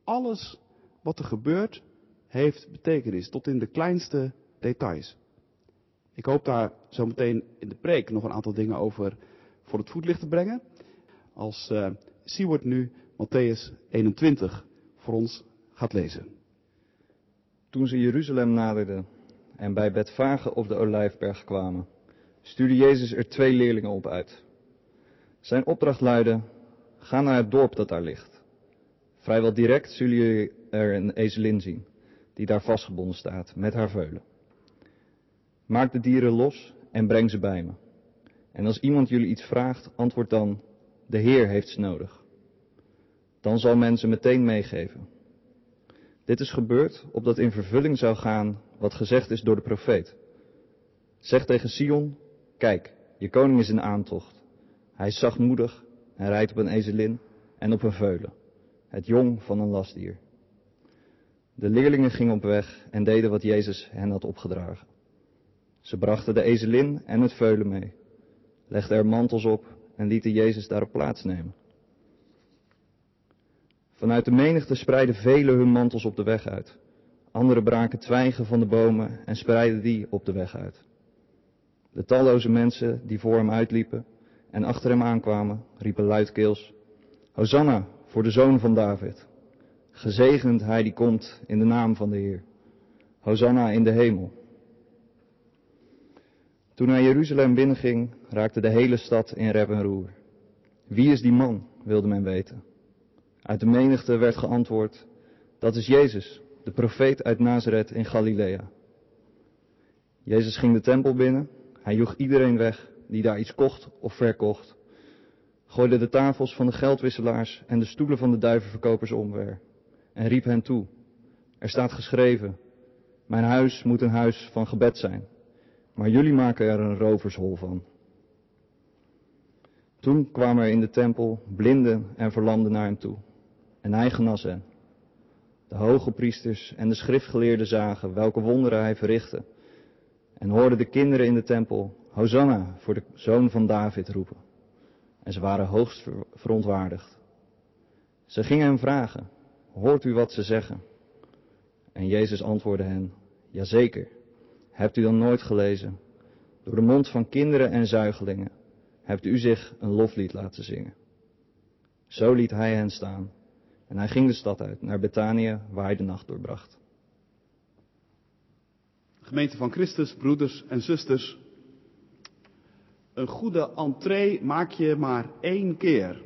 Alles wat er gebeurt, heeft betekenis, tot in de kleinste details. Ik hoop daar zo meteen in de preek nog een aantal dingen over voor het voetlicht te brengen. Als Siewert nu Mattheüs 21 voor ons gaat lezen. Toen ze Jeruzalem naderden en bij Betfage op de Olijfberg kwamen, stuurde Jezus er 2 leerlingen op uit. Zijn opdracht luidde: ga naar het dorp dat daar ligt. Vrijwel direct zullen jullie er een ezelin zien, die daar vastgebonden staat, met haar veulen. Maak de dieren los en breng ze bij me. En als iemand jullie iets vraagt, antwoord dan: de Heer heeft ze nodig. Dan zal men ze meteen meegeven. Dit is gebeurd opdat in vervulling zou gaan wat gezegd is door de profeet. Zeg tegen Sion: kijk, je koning is in aantocht. Hij is zachtmoedig en rijdt op een ezelin en op een veulen, het jong van een lastdier. De leerlingen gingen op weg en deden wat Jezus hen had opgedragen. Ze brachten de ezelin en het veulen mee, legden er mantels op en lieten Jezus daarop plaatsnemen. Vanuit de menigte spreidden velen hun mantels op de weg uit. Anderen braken twijgen van de bomen en spreidden die op de weg uit. De talloze mensen die voor hem uitliepen en achter hem aankwamen, riepen luidkeels: Hosanna voor de Zoon van David. Gezegend hij die komt in de naam van de Heer. Hosanna in de hemel. Toen hij Jeruzalem binnenging, raakte de hele stad in rep en roer. Wie is die man, wilde men weten. Uit de menigte werd geantwoord: dat is Jezus, de profeet uit Nazareth in Galilea. Jezus ging de tempel binnen, hij joeg iedereen weg die daar iets kocht of verkocht, gooide de tafels van de geldwisselaars en de stoelen van de duivenverkopers omver en riep hen toe: er staat geschreven, mijn huis moet een huis van gebed zijn, maar jullie maken er een rovershol van. Toen kwamen er in de tempel blinden en verlamden naar hem toe en hij genas hen. De hoge priesters en de schriftgeleerden zagen welke wonderen hij verrichtte en hoorden de kinderen in de tempel Hosanna voor de Zoon van David roepen. En ze waren hoogst verontwaardigd. Ze gingen hem vragen: hoort u wat ze zeggen? En Jezus antwoordde hen: jazeker. Hebt u dan nooit gelezen? Door de mond van kinderen en zuigelingen hebt u zich een loflied laten zingen. Zo liet hij hen staan en hij ging de stad uit naar Betanië, waar hij de nacht doorbracht. Gemeente van Christus, broeders en zusters. Een goede entree maak je maar 1 keer.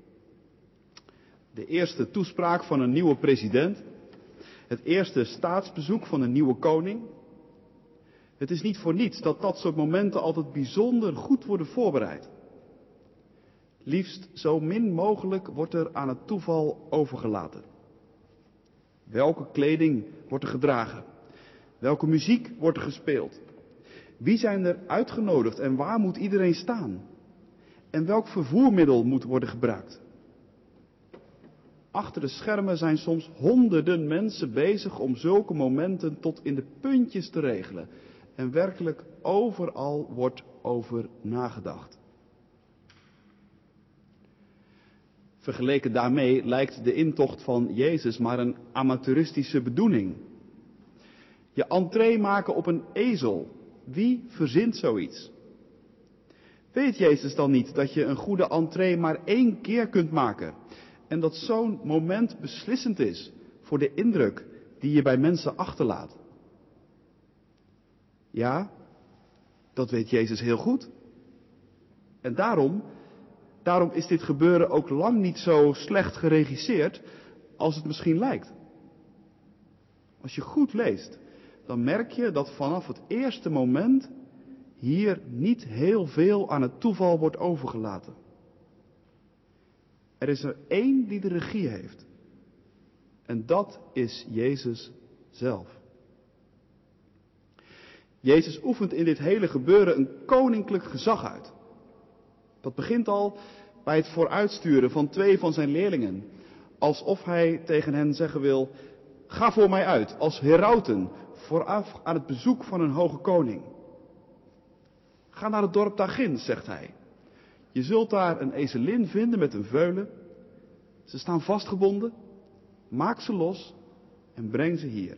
De eerste toespraak van een nieuwe president. Het eerste staatsbezoek van een nieuwe koning. Het is niet voor niets dat dat soort momenten altijd bijzonder goed worden voorbereid. Liefst zo min mogelijk wordt er aan het toeval overgelaten. Welke kleding wordt er gedragen? Welke muziek wordt er gespeeld? Wie zijn er uitgenodigd en waar moet iedereen staan? En welk vervoermiddel moet worden gebruikt? Achter de schermen zijn soms honderden mensen bezig om zulke momenten tot in de puntjes te regelen. En werkelijk overal wordt over nagedacht. Vergeleken daarmee lijkt de intocht van Jezus maar een amateuristische bedoeling. Je entree maken op een ezel. Wie verzint zoiets? Weet Jezus dan niet dat je een goede entree maar 1 keer kunt maken? En dat zo'n moment beslissend is voor de indruk die je bij mensen achterlaat? Ja, dat weet Jezus heel goed. En daarom is dit gebeuren ook lang niet zo slecht geregisseerd als het misschien lijkt. Als je goed leest, dan merk je dat vanaf het eerste moment hier niet heel veel aan het toeval wordt overgelaten. Er is er 1 die de regie heeft. En dat is Jezus zelf. Jezus oefent in dit hele gebeuren een koninklijk gezag uit. Dat begint al bij het vooruitsturen van 2 van zijn leerlingen. Alsof hij tegen hen zeggen wil: ga voor mij uit als herauten vooraf aan het bezoek van een hoge koning. Ga naar het dorp daarginds, zegt hij. Je zult daar een ezelin vinden met een veulen. Ze staan vastgebonden. Maak ze los en breng ze hier.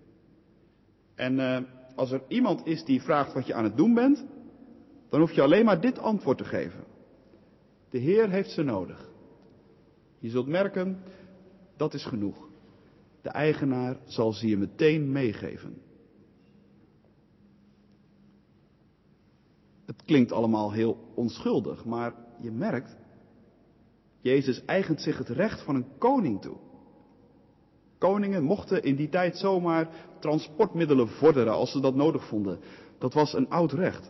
En als er iemand is die vraagt wat je aan het doen bent, dan hoef je alleen maar dit antwoord te geven. De Heer heeft ze nodig. Je zult merken, dat is genoeg. De eigenaar zal ze je meteen meegeven. Het klinkt allemaal heel onschuldig, maar je merkt, Jezus eigent zich het recht van een koning toe. Koningen mochten in die tijd zomaar transportmiddelen vorderen als ze dat nodig vonden. Dat was een oud recht.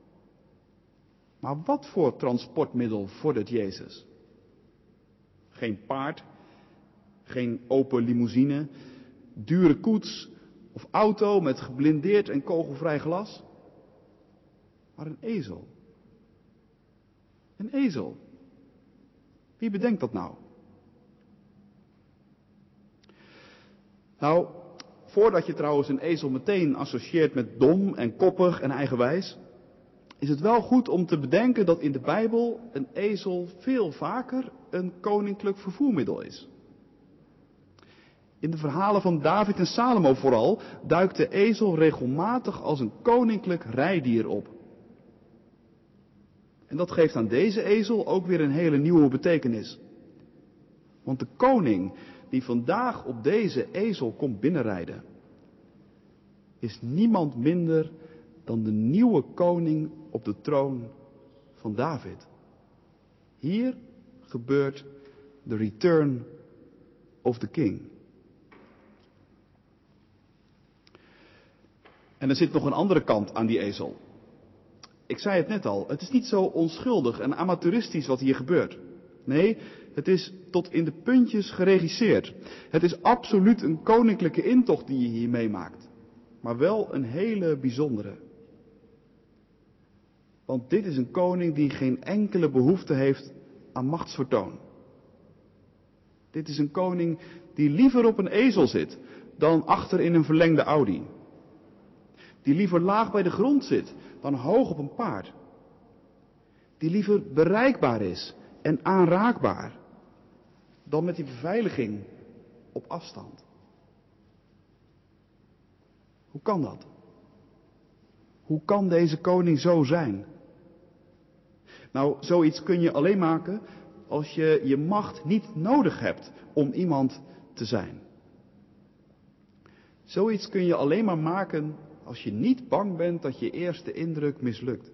Maar wat voor transportmiddel vordert Jezus? Geen paard, geen open limousine, dure koets of auto met geblindeerd en kogelvrij glas. Maar een ezel. Een ezel. Wie bedenkt dat nou? Nou, voordat je trouwens een ezel meteen associeert met dom en koppig en eigenwijs, is het wel goed om te bedenken dat in de Bijbel een ezel veel vaker een koninklijk vervoermiddel is. In de verhalen van David en Salomo vooral duikt de ezel regelmatig als een koninklijk rijdier op. En dat geeft aan deze ezel ook weer een hele nieuwe betekenis. Want de koning die vandaag op deze ezel komt binnenrijden, is niemand minder dan de nieuwe koning op de troon van David. Hier gebeurt de return of the king. En er zit nog een andere kant aan die ezel. Ik zei het net al, het is niet zo onschuldig en amateuristisch wat hier gebeurt. Nee, het is tot in de puntjes geregisseerd. Het is absoluut een koninklijke intocht die je hier meemaakt. Maar wel een hele bijzondere. Want dit is een koning die geen enkele behoefte heeft aan machtsvertoon. Dit is een koning die liever op een ezel zit dan achter in een verlengde Audi. Die liever laag bij de grond zit dan hoog op een paard. Die liever bereikbaar is en aanraakbaar dan met die beveiliging op afstand. Hoe kan dat? Hoe kan deze koning zo zijn? Nou, zoiets kun je alleen maken als je je macht niet nodig hebt om iemand te zijn. Zoiets kun je alleen maar maken als je niet bang bent dat je eerste indruk mislukt.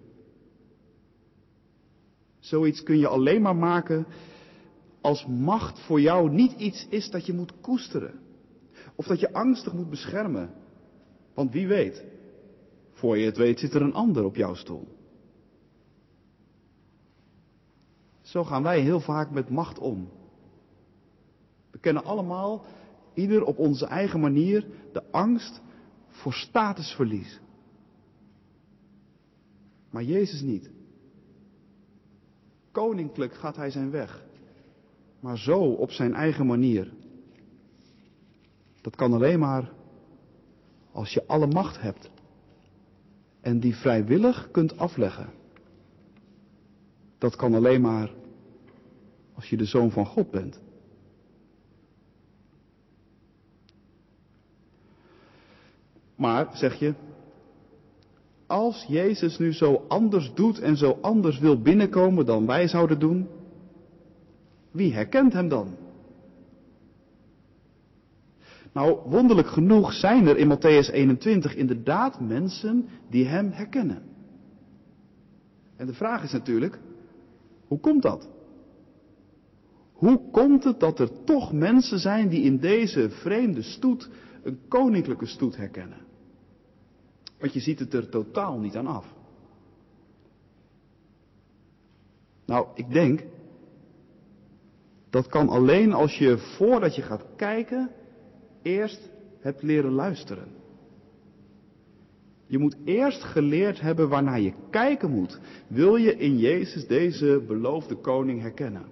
Zoiets kun je alleen maar maken als macht voor jou niet iets is dat je moet koesteren. Of dat je angstig moet beschermen. Want wie weet, voor je het weet zit er een ander op jouw stoel. Zo gaan wij heel vaak met macht om. We kennen allemaal, ieder op onze eigen manier, de angst voor statusverlies. Maar Jezus niet. Koninklijk gaat hij zijn weg. Maar zo op zijn eigen manier. Dat kan alleen maar als je alle macht hebt. En die vrijwillig kunt afleggen. Dat kan alleen maar als je de Zoon van God bent. Maar, zeg je, als Jezus nu zo anders doet en zo anders wil binnenkomen dan wij zouden doen, wie herkent hem dan? Nou, wonderlijk genoeg zijn er in Mattheüs 21 inderdaad mensen die hem herkennen. En de vraag is natuurlijk, hoe komt dat? Hoe komt het dat er toch mensen zijn die in deze vreemde stoet een koninklijke stoet herkennen? Want je ziet het er totaal niet aan af. Nou, ik denk, dat kan alleen als je voordat je gaat kijken, eerst hebt leren luisteren. Je moet eerst geleerd hebben waarnaar je kijken moet. Wil je in Jezus deze beloofde koning herkennen?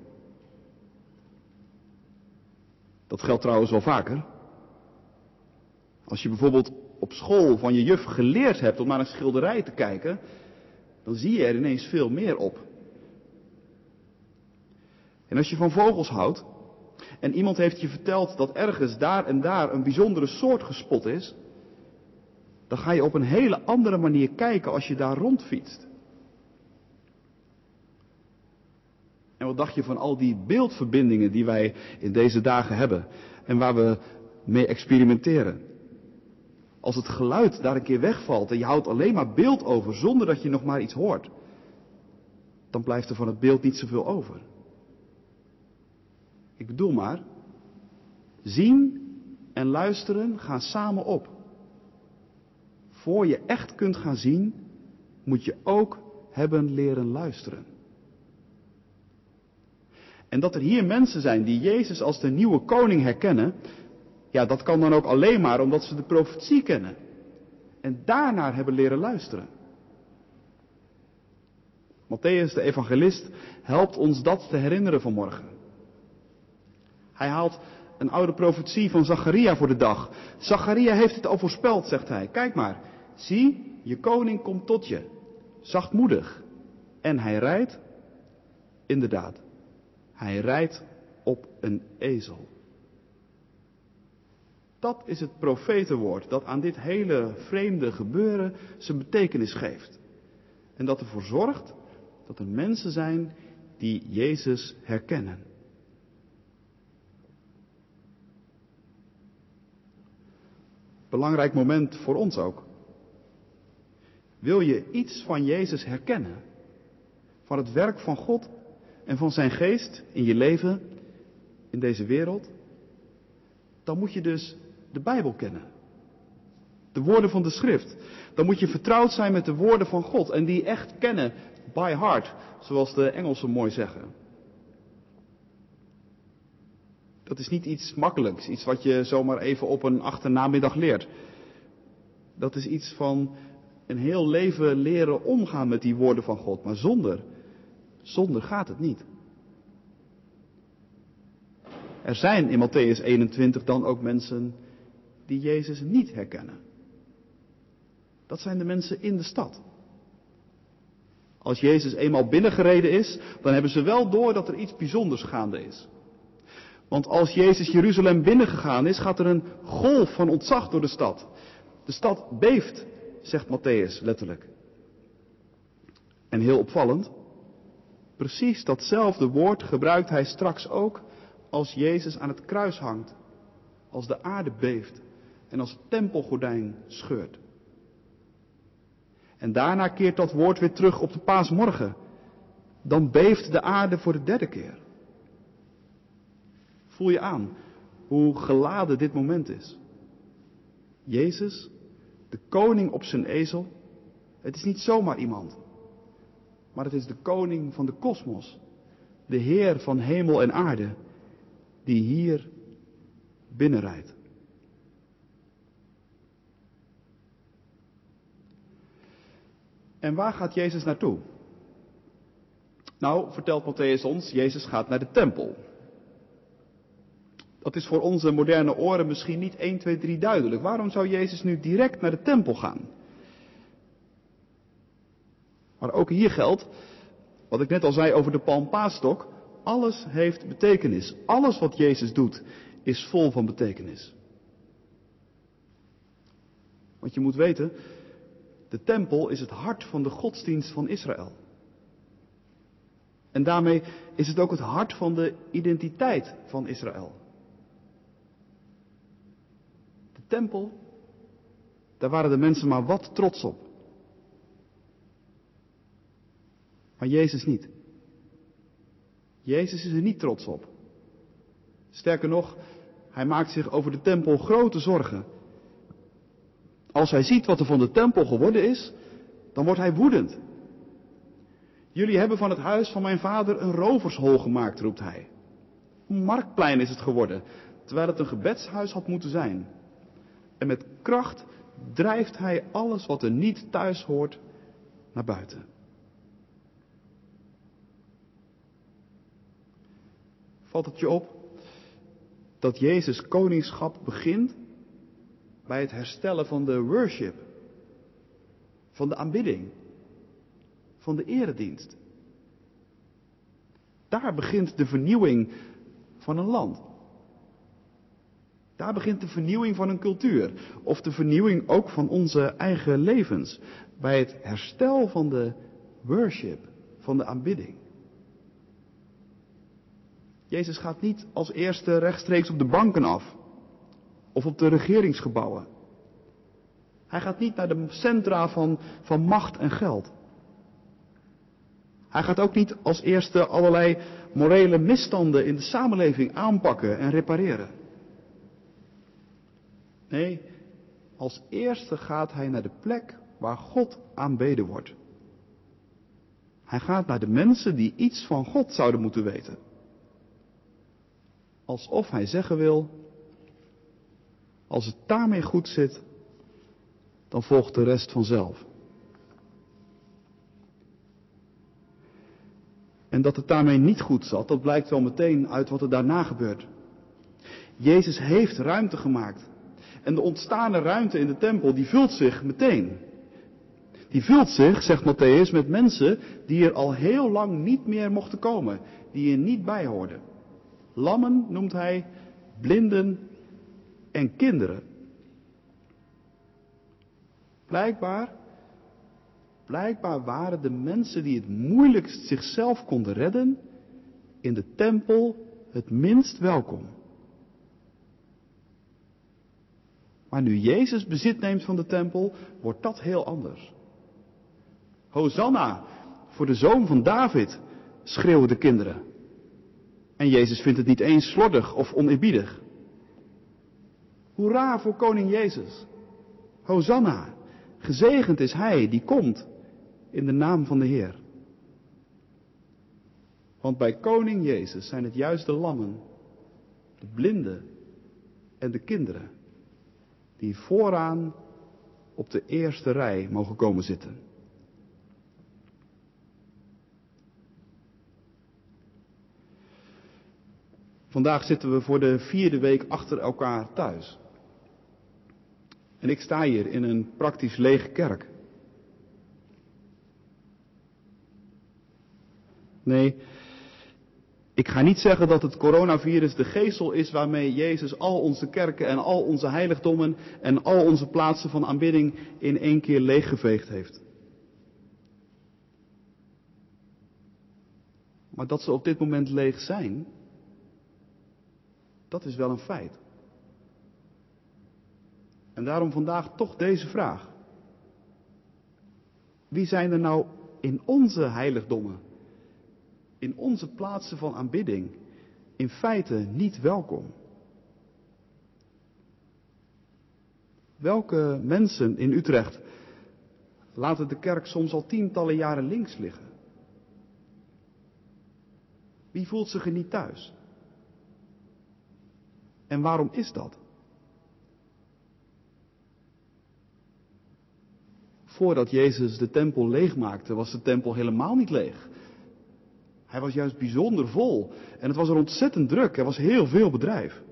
Dat geldt trouwens wel vaker. Als je bijvoorbeeld op school van je juf geleerd hebt om naar een schilderij te kijken, dan zie je er ineens veel meer op. En als je van vogels houdt en iemand heeft je verteld dat ergens daar en daar een bijzondere soort gespot is, dan ga je op een hele andere manier kijken als je daar rondfietst. En wat dacht je van al die beeldverbindingen die wij in deze dagen hebben en waar we mee experimenteren? Als het geluid daar een keer wegvalt en je houdt alleen maar beeld over zonder dat je nog maar iets hoort, dan blijft er van het beeld niet zoveel over. Ik bedoel maar, zien en luisteren gaan samen op. Voor je echt kunt gaan zien, moet je ook hebben leren luisteren. En dat er hier mensen zijn die Jezus als de nieuwe koning herkennen, ja, dat kan dan ook alleen maar omdat ze de profetie kennen. En daarnaar hebben leren luisteren. Mattheüs, de evangelist, helpt ons dat te herinneren vanmorgen. Hij haalt een oude profetie van Zacharia voor de dag. Zacharia heeft het al voorspeld, zegt hij. Kijk maar, zie, je koning komt tot je, zachtmoedig. En hij rijdt, inderdaad, hij rijdt op een ezel. Dat is het profetenwoord dat aan dit hele vreemde gebeuren zijn betekenis geeft. En dat ervoor zorgt dat er mensen zijn die Jezus herkennen. Belangrijk moment voor ons ook. Wil je iets van Jezus herkennen? Van het werk van God en van zijn geest in je leven, in deze wereld? Dan moet je dus de Bijbel kennen. De woorden van de schrift. Dan moet je vertrouwd zijn met de woorden van God. En die echt kennen by heart, zoals de Engelsen mooi zeggen. Dat is niet iets makkelijks, iets wat je zomaar even op een achternamiddag leert. Dat is iets van een heel leven leren omgaan met die woorden van God. Maar zonder gaat het niet. Er zijn in Mattheüs 21 dan ook mensen die Jezus niet herkennen. Dat zijn de mensen in de stad. Als Jezus eenmaal binnengereden is, dan hebben ze wel door dat er iets bijzonders gaande is. Want als Jezus Jeruzalem binnengegaan is, gaat er een golf van ontzag door de stad. De stad beeft, zegt Mattheüs letterlijk. En heel opvallend, precies datzelfde woord gebruikt hij straks ook als Jezus aan het kruis hangt. Als de aarde beeft en als het tempelgordijn scheurt. En daarna keert dat woord weer terug op de paasmorgen. Dan beeft de aarde voor de derde keer. Voel je aan hoe geladen dit moment is. Jezus, de koning op zijn ezel, het is niet zomaar iemand. Maar het is de koning van de kosmos. De Heer van hemel en aarde. Die hier binnenrijdt. En waar gaat Jezus naartoe? Nou, vertelt Mattheüs ons, Jezus gaat naar de tempel. Dat is voor onze moderne oren misschien niet 1, 2, 3 duidelijk. Waarom zou Jezus nu direct naar de tempel gaan? Maar ook hier geldt, wat ik net al zei over de palmpaastok, alles heeft betekenis. Alles wat Jezus doet, is vol van betekenis. Want je moet weten, de tempel is het hart van de godsdienst van Israël. En daarmee is het ook het hart van de identiteit van Israël. De tempel, daar waren de mensen maar wat trots op. Maar Jezus niet. Jezus is er niet trots op. Sterker nog, hij maakt zich over de tempel grote zorgen. Als hij ziet wat er van de tempel geworden is, dan wordt hij woedend. Jullie hebben van het huis van mijn vader een rovershol gemaakt, roept hij. Een marktplein is het geworden, terwijl het een gebedshuis had moeten zijn. En met kracht drijft hij alles wat er niet thuis hoort naar buiten. Valt het je op dat Jezus' koningschap begint bij het herstellen van de worship, van de aanbidding, van de eredienst. Daar begint de vernieuwing van een land. Daar begint de vernieuwing van een cultuur. Of de vernieuwing ook van onze eigen levens. Bij het herstel van de worship, van de aanbidding. Jezus gaat niet als eerste rechtstreeks op de banken af. Of op de regeringsgebouwen. Hij gaat niet naar de centra van macht en geld. Hij gaat ook niet als eerste allerlei morele misstanden in de samenleving aanpakken en repareren. Nee, als eerste gaat hij naar de plek waar God aanbeden wordt. Hij gaat naar de mensen die iets van God zouden moeten weten. Alsof hij zeggen wil, als het daarmee goed zit, dan volgt de rest vanzelf. En dat het daarmee niet goed zat, dat blijkt wel meteen uit wat er daarna gebeurt. Jezus heeft ruimte gemaakt. En de ontstane ruimte in de tempel, die vult zich meteen. Die vult zich, zegt Mattheüs, met mensen die er al heel lang niet meer mochten komen. Die er niet bij hoorden. Lammen noemt hij, blinden en kinderen. Blijkbaar waren de mensen die het moeilijkst zichzelf konden redden, in de tempel het minst welkom. Maar nu Jezus bezit neemt van de tempel, wordt dat heel anders. Hosanna voor de zoon van David, schreeuwen de kinderen. En Jezus vindt het niet eens slordig of oneerbiedig. Hoera voor koning Jezus. Hosanna, gezegend is hij die komt in de naam van de Heer. Want bij koning Jezus zijn het juist de lammen, de blinden en de kinderen die vooraan op de eerste rij mogen komen zitten. Vandaag zitten we voor de 4e week achter elkaar thuis. En ik sta hier in een praktisch lege kerk. Nee, ik ga niet zeggen dat het coronavirus de geestel is waarmee Jezus al onze kerken en al onze heiligdommen en al onze plaatsen van aanbidding in één keer leeggeveegd heeft. Maar dat ze op dit moment leeg zijn, dat is wel een feit. En daarom vandaag toch deze vraag. Wie zijn er nou in onze heiligdommen, in onze plaatsen van aanbidding, in feite niet welkom? Welke mensen in Utrecht laten de kerk soms al tientallen jaren links liggen? Wie voelt zich er niet thuis? En waarom is dat? Voordat Jezus de tempel leegmaakte, was de tempel helemaal niet leeg. Hij was juist bijzonder vol. En het was er ontzettend druk. Er was heel veel bedrijf.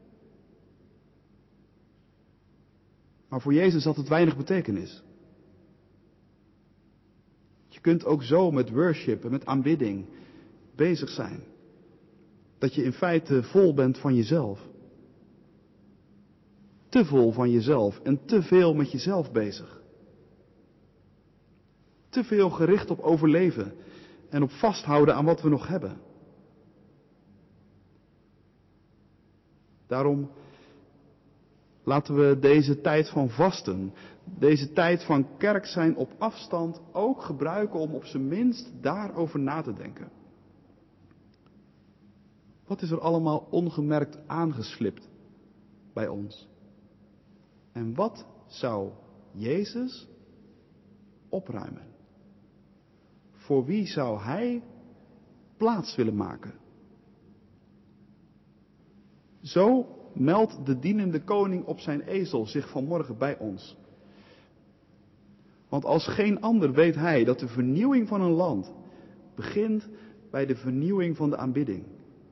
Maar voor Jezus had het weinig betekenis. Je kunt ook zo met worship en met aanbidding bezig zijn. Dat je in feite vol bent van jezelf. Te vol van jezelf en te veel met jezelf bezig. Te veel gericht op overleven en op vasthouden aan wat we nog hebben. Daarom laten we deze tijd van vasten, deze tijd van kerk zijn op afstand ook gebruiken om op zijn minst daarover na te denken. Wat is er allemaal ongemerkt aangeslipt bij ons? En wat zou Jezus opruimen? Voor wie zou hij plaats willen maken? Zo meldt de dienende koning op zijn ezel zich vanmorgen bij ons. Want als geen ander weet hij dat de vernieuwing van een land begint bij de vernieuwing van de aanbidding.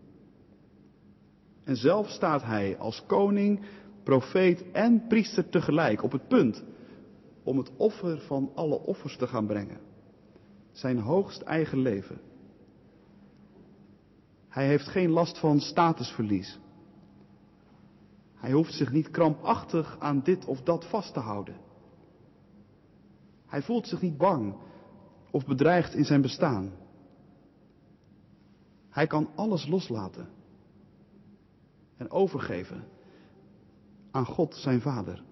En zelf staat hij als koning, profeet en priester tegelijk op het punt om het offer van alle offers te gaan brengen. Zijn hoogst eigen leven. Hij heeft geen last van statusverlies. Hij hoeft zich niet krampachtig aan dit of dat vast te houden. Hij voelt zich niet bang of bedreigd in zijn bestaan. Hij kan alles loslaten en overgeven aan God zijn Vader.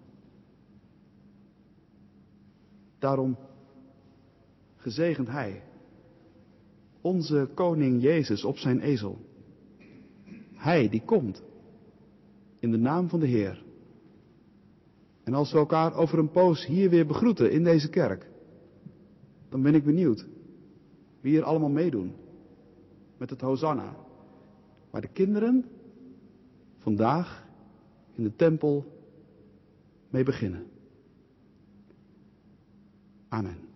Daarom gezegend Hij, onze koning Jezus op zijn ezel. Hij die komt in de naam van de Heer. En als we elkaar over een poos hier weer begroeten in deze kerk, dan ben ik benieuwd wie er allemaal meedoen met het Hosanna, waar de kinderen vandaag in de tempel mee beginnen. Amen.